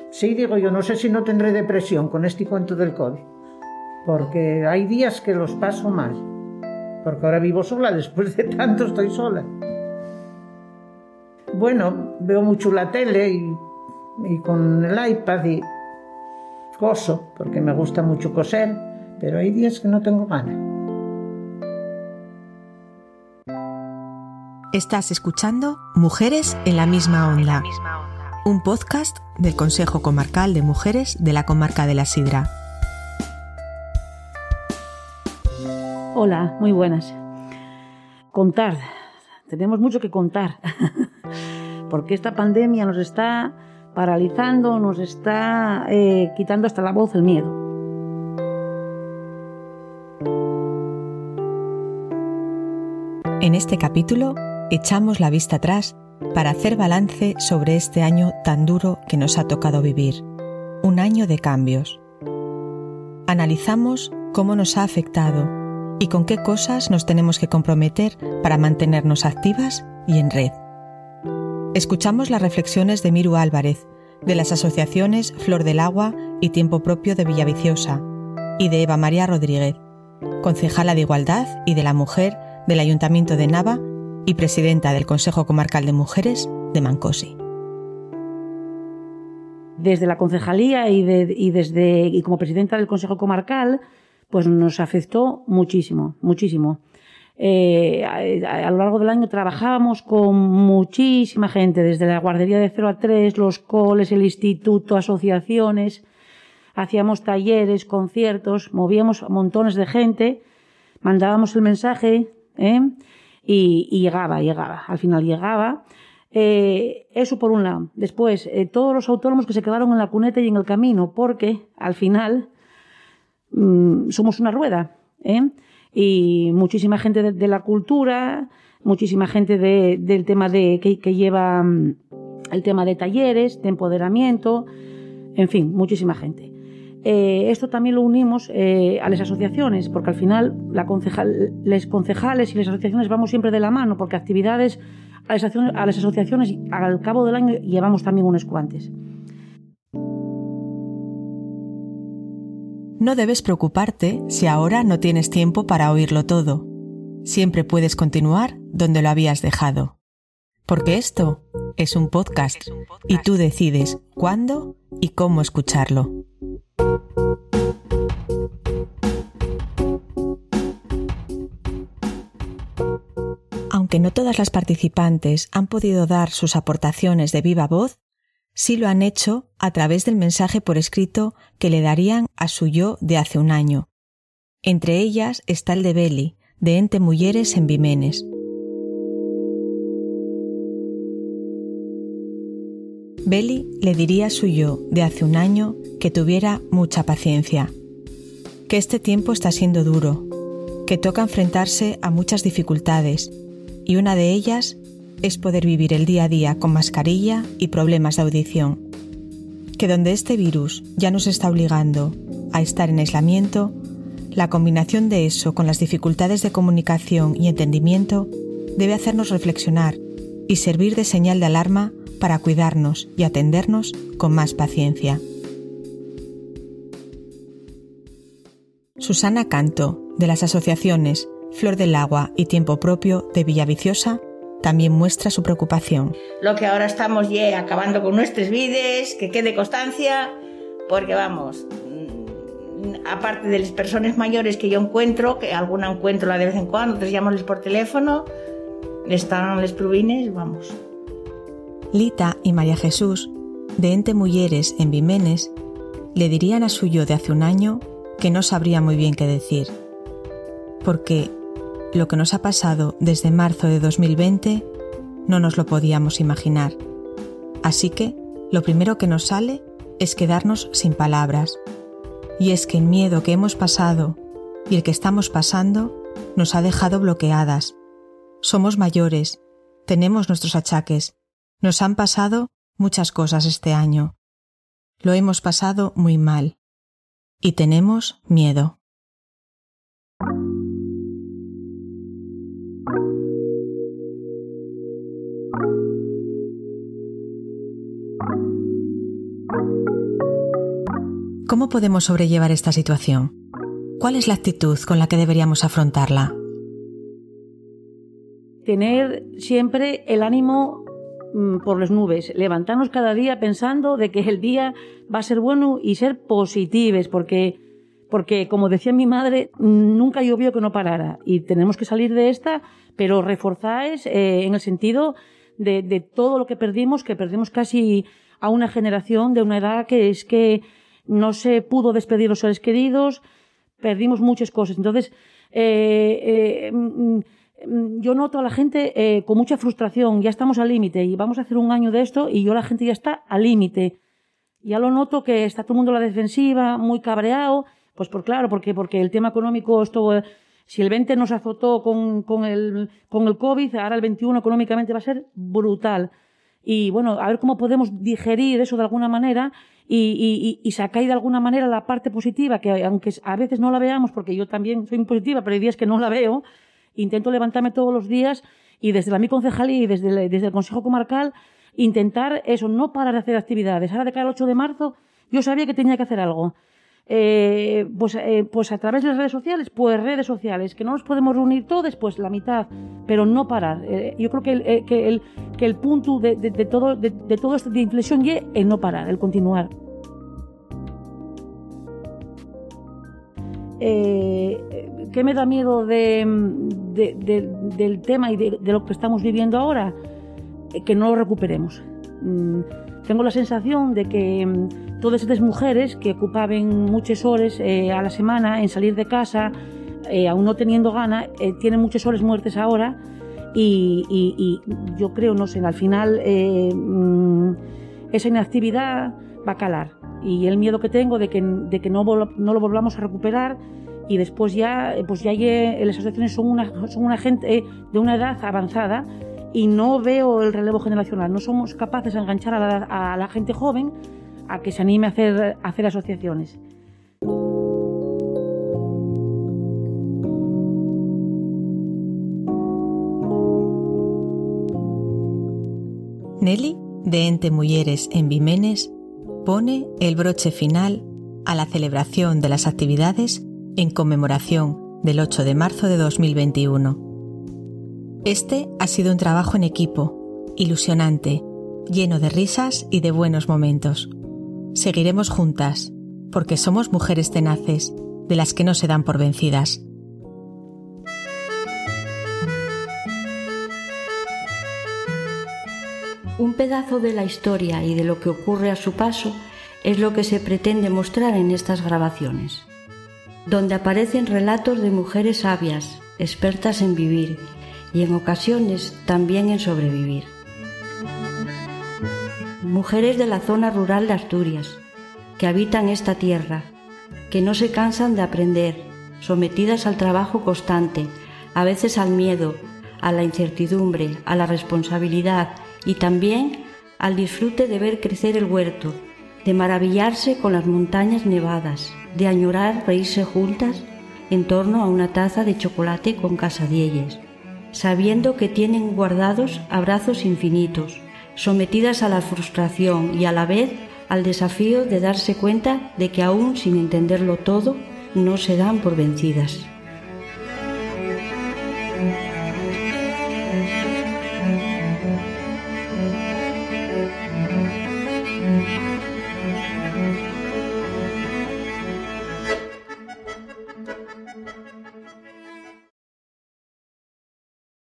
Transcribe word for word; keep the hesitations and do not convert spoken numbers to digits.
sí, digo yo, no sé si no tendré depresión con este cuento del COVID, porque hay días que los paso mal, porque ahora vivo sola, después de tanto estoy sola. Bueno, veo mucho la tele y, y con el iPad y coso, porque me gusta mucho coser, pero hay días que no tengo ganas. Estás escuchando Mujeres en la misma onda, un podcast del Consejo Comarcal de Mujeres de la Comarca de la Sidra. Hola, muy buenas. Contar, tenemos mucho que contar, porque esta pandemia nos está paralizando, nos está eh, quitando hasta la voz, el miedo. En este capítulo echamos la vista atrás para hacer balance sobre este año tan duro que nos ha tocado vivir, un año de cambios. Analizamos cómo nos ha afectado y con qué cosas nos tenemos que comprometer para mantenernos activas y en red. Escuchamos las reflexiones de Miru Álvarez, de las asociaciones Flor del Agua y Tiempo Propio de Villaviciosa, y de Eva María Rodríguez, concejala de Igualdad y de la Mujer del Ayuntamiento de Nava y presidenta del Consejo Comarcal de Mujeres de Mancosi. Desde la concejalía y, de, y, desde, y como presidenta del Consejo Comarcal, pues nos afectó muchísimo, muchísimo. Eh, a, a lo largo del año trabajábamos con muchísima gente, desde la guardería de cero a tres, los coles, el instituto, asociaciones, hacíamos talleres, conciertos, movíamos montones de gente, mandábamos el mensaje, ¿eh? y, y llegaba, llegaba, al final llegaba. Eh, eso por un lado. Después, eh, todos los autónomos que se quedaron en la cuneta y en el camino, porque al final mmm, somos una rueda, ¿eh? Y muchísima gente de, de la cultura, muchísima gente de, del tema de que, que lleva um, el tema de talleres, de empoderamiento, en fin, muchísima gente. Eh, esto también lo unimos eh, a las asociaciones, porque al final la concejal, les concejales y las asociaciones vamos siempre de la mano, porque actividades a las, a las asociaciones al cabo del año llevamos también unos cuantos. No debes preocuparte si ahora no tienes tiempo para oírlo todo. Siempre puedes continuar donde lo habías dejado. Porque esto es un podcast, es un podcast y tú decides cuándo y cómo escucharlo. Aunque no todas las participantes han podido dar sus aportaciones de viva voz, sí lo han hecho a través del mensaje por escrito que le darían a su yo de hace un año. Entre ellas está el de Beli, de Ente Mujeres en Vimenes. Beli le diría a su yo de hace un año que tuviera mucha paciencia, que este tiempo está siendo duro, que toca enfrentarse a muchas dificultades, y una de ellas es poder vivir el día a día con mascarilla y problemas de audición. Que donde este virus ya nos está obligando a estar en aislamiento, la combinación de eso con las dificultades de comunicación y entendimiento debe hacernos reflexionar y servir de señal de alarma para cuidarnos y atendernos con más paciencia. Susana Canto, de las asociaciones Flor del Agua y Tiempo Propio de Villaviciosa, también muestra su preocupación. Lo que ahora estamos ya acabando con nuestras vidas, que quede constancia, porque vamos, aparte de las personas mayores que yo encuentro, que alguna encuentro de vez en cuando, otras llamoles por teléfono, están les pluvines, vamos. Lita y María Jesús, de Ente Mujeres en Vimenes, le dirían a su yo de hace un año que no sabría muy bien qué decir. Porque lo que nos ha pasado desde marzo de dos mil veinte no nos lo podíamos imaginar. Así que lo primero que nos sale es quedarnos sin palabras. Y es que el miedo que hemos pasado y el que estamos pasando nos ha dejado bloqueadas. Somos mayores, tenemos nuestros achaques, nos han pasado muchas cosas este año. Lo hemos pasado muy mal. Y tenemos miedo. ¿Cómo podemos sobrellevar esta situación? ¿Cuál es la actitud con la que deberíamos afrontarla? Tener siempre el ánimo mmm, por las nubes, levantarnos cada día pensando de que el día va a ser bueno y ser positivos, porque, porque como decía mi madre, nunca llovió que no parara y tenemos que salir de esta, pero reforzáis eh, en el sentido de, de todo lo que perdimos, que perdimos casi a una generación de una edad que es que no se pudo despedir los seres queridos, perdimos muchas cosas. Entonces, eh, eh, yo noto a la gente eh, con mucha frustración, ya estamos al límite y vamos a hacer un año de esto y yo la gente ya está al límite. Ya lo noto que está todo el mundo a la defensiva, muy cabreado, pues por claro, porque, porque el tema económico, esto, si el veinte nos azotó con, con, el, con el COVID, ahora el veintiuno económicamente va a ser brutal. Y bueno, a ver cómo podemos digerir eso de alguna manera y, y, y sacar de alguna manera la parte positiva, que aunque a veces no la veamos, porque yo también soy muy positiva, pero hay días que no la veo, intento levantarme todos los días y desde la mi concejalía y desde el, desde el Consejo Comarcal intentar eso, no parar de hacer actividades. Ahora de cara al ocho de marzo yo sabía que tenía que hacer algo. Eh, pues, eh, pues a través de las redes sociales, pues redes sociales, que no nos podemos reunir todos, pues la mitad, pero no parar. Eh, yo creo que el, eh, que el, que el punto de, de, de todo de, de todo esto de inflexión es el no parar, el continuar. Eh, ¿Qué me da miedo de, de, de, del tema y de, de lo que estamos viviendo ahora? Eh, que no lo recuperemos. Mm, tengo la sensación de que mm, todas estas mujeres que ocupaban muchas horas eh, a la semana en salir de casa, eh, aún no teniendo gana, eh, tienen muchas horas muertas ahora y, y, y yo creo, no sé, al final eh, mm, esa inactividad va a calar. Y el miedo que tengo de que, de que no, no lo volvamos a recuperar y después ya, pues ya las asociaciones son una, son una gente de una edad avanzada y no veo el relevo generacional. No somos capaces de enganchar a la, a la gente joven a que se anime a hacer, a hacer asociaciones. Nelly, de Ente Mujeres en Vimenes, pone el broche final a la celebración de las actividades en conmemoración del ocho de marzo de dos mil veintiuno. Este ha sido un trabajo en equipo, ilusionante, lleno de risas y de buenos momentos. Seguiremos juntas, porque somos mujeres tenaces, de las que no se dan por vencidas. Un pedazo de la historia y de lo que ocurre a su paso es lo que se pretende mostrar en estas grabaciones, donde aparecen relatos de mujeres sabias, expertas en vivir y en ocasiones también en sobrevivir. Mujeres de la zona rural de Asturias, que habitan esta tierra, que no se cansan de aprender, sometidas al trabajo constante, a veces al miedo, a la incertidumbre, a la responsabilidad y también al disfrute de ver crecer el huerto, de maravillarse con las montañas nevadas, de añorar reírse juntas en torno a una taza de chocolate con casadielles, sabiendo que tienen guardados abrazos infinitos, sometidas a la frustración y a la vez al desafío de darse cuenta de que aún sin entenderlo todo, no se dan por vencidas.